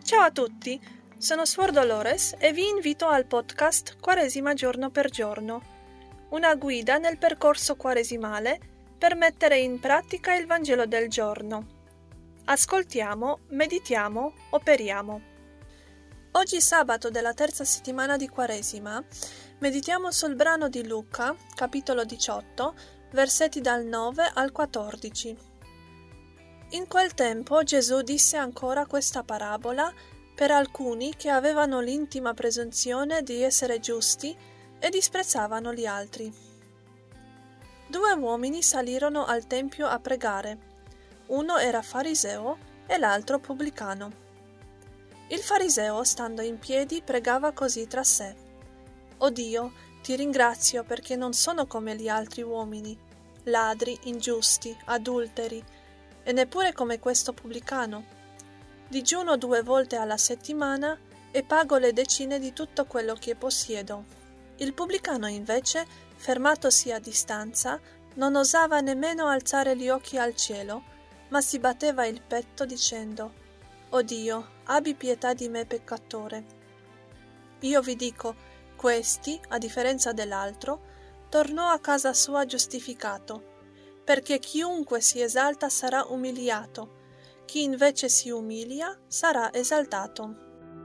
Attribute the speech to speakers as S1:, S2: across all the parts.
S1: Ciao a tutti, sono Suor Dolores e vi invito al podcast Quaresima giorno per giorno, una guida nel percorso quaresimale per mettere in pratica il Vangelo del giorno. Ascoltiamo, meditiamo, operiamo. Oggi sabato della terza settimana di Quaresima meditiamo sul brano di Luca, capitolo 18, versetti dal 9 al 14. In quel tempo Gesù disse ancora questa parabola per alcuni che avevano l'intima presunzione di essere giusti e disprezzavano gli altri. 2 uomini salirono al tempio a pregare. Uno era fariseo e l'altro pubblicano. Il fariseo, stando in piedi, pregava così tra sé: «O Dio, ti ringrazio perché non sono come gli altri uomini, ladri, ingiusti, adulteri, e neppure come questo pubblicano. Digiuno 2 volte alla settimana e pago le decine di tutto quello che possiedo». Il pubblicano invece, fermatosi a distanza, non osava nemmeno alzare gli occhi al cielo, ma si batteva il petto dicendo: «O Dio, abbi pietà di me peccatore». Io vi dico, questi, a differenza dell'altro, tornò a casa sua giustificato, perché chiunque si esalta sarà umiliato, chi invece si umilia sarà esaltato.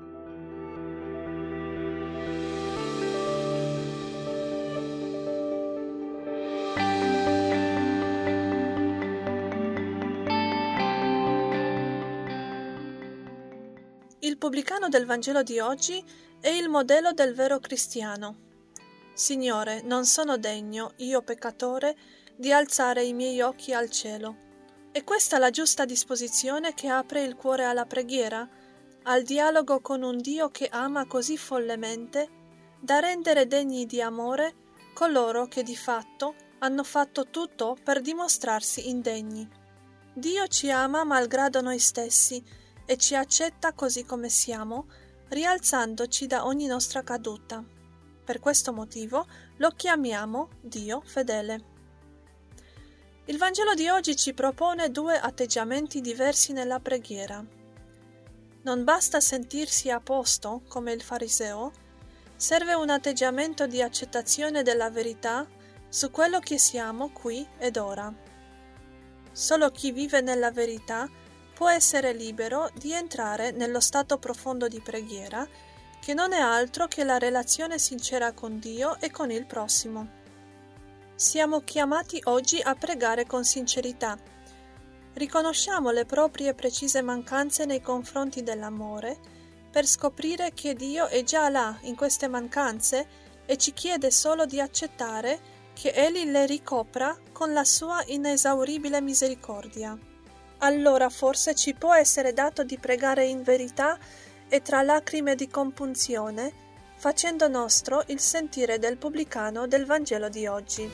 S1: Il pubblicano del Vangelo di oggi è il modello del vero cristiano. Signore, non sono degno, io peccatore, di alzare i miei occhi al cielo. È questa la giusta disposizione che apre il cuore alla preghiera, al dialogo con un Dio che ama così follemente da rendere degni di amore coloro che di fatto hanno fatto tutto per dimostrarsi indegni. Dio ci ama malgrado noi stessi e ci accetta così come siamo, rialzandoci da ogni nostra caduta. Per questo motivo lo chiamiamo Dio fedele. Il Vangelo di oggi ci propone 2 atteggiamenti diversi nella preghiera. Non basta sentirsi a posto, come il fariseo, serve un atteggiamento di accettazione della verità su quello che siamo qui ed ora. Solo chi vive nella verità può essere libero di entrare nello stato profondo di preghiera, che non è altro che la relazione sincera con Dio e con il prossimo. Siamo chiamati oggi a pregare con sincerità. Riconosciamo le proprie precise mancanze nei confronti dell'amore per scoprire che Dio è già là in queste mancanze e ci chiede solo di accettare che Egli le ricopra con la sua inesauribile misericordia. Allora forse ci può essere dato di pregare in verità e tra lacrime di compunzione, facendo nostro il sentire del pubblicano del Vangelo di oggi.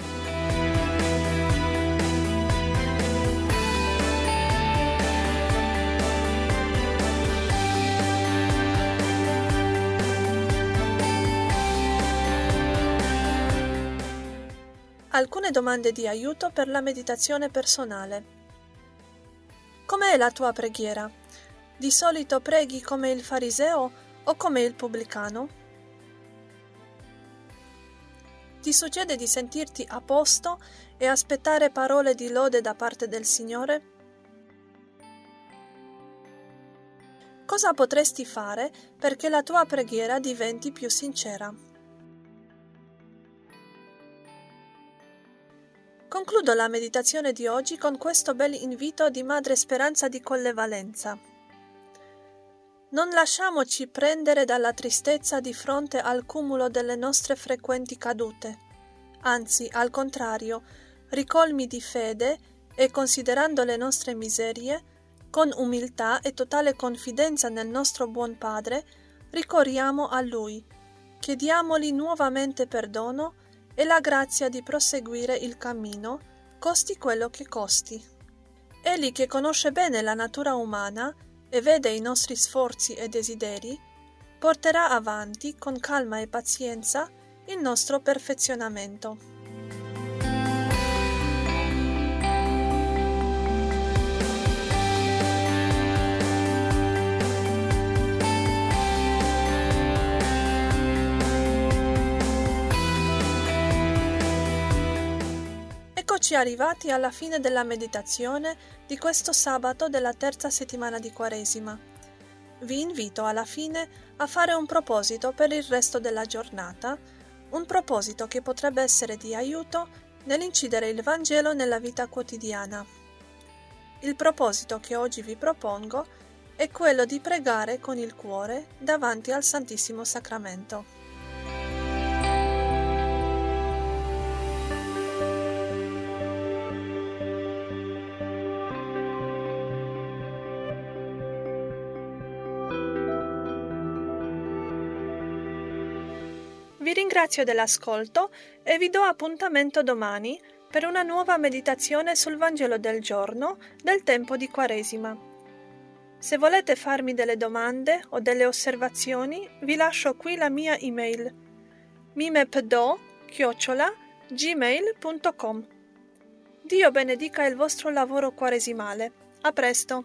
S1: Alcune domande di aiuto per la meditazione personale. Com'è la tua preghiera? Di solito preghi come il fariseo o come il pubblicano? Ti succede di sentirti a posto e aspettare parole di lode da parte del Signore? Cosa potresti fare perché la tua preghiera diventi più sincera? Concludo la meditazione di oggi con questo bel invito di Madre Speranza di Collevalenza. Non lasciamoci prendere dalla tristezza di fronte al cumulo delle nostre frequenti cadute. Anzi, al contrario, ricolmi di fede e considerando le nostre miserie, con umiltà e totale confidenza nel nostro buon Padre, ricorriamo a Lui, chiediamogli nuovamente perdono e la grazia di proseguire il cammino, costi quello che costi. Egli che conosce bene la natura umana e vede i nostri sforzi e desideri, porterà avanti con calma e pazienza il nostro perfezionamento. Eccoci arrivati alla fine della meditazione di questo sabato della terza settimana di Quaresima. Vi invito alla fine a fare un proposito per il resto della giornata, un proposito che potrebbe essere di aiuto nell'incidere il Vangelo nella vita quotidiana. Il proposito che oggi vi propongo è quello di pregare con il cuore davanti al Santissimo Sacramento. Vi ringrazio dell'ascolto e vi do appuntamento domani per una nuova meditazione sul Vangelo del giorno del tempo di Quaresima. Se volete farmi delle domande o delle osservazioni, vi lascio qui la mia email mimepdo@gmail.com. Dio benedica il vostro lavoro quaresimale. A presto!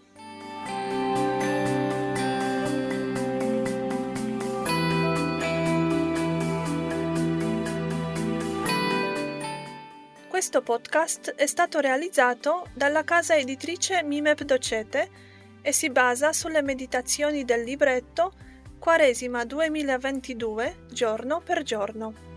S1: Questo podcast è stato realizzato dalla casa editrice Mimep Docete e si basa sulle meditazioni del libretto Quaresima 2022, giorno per giorno.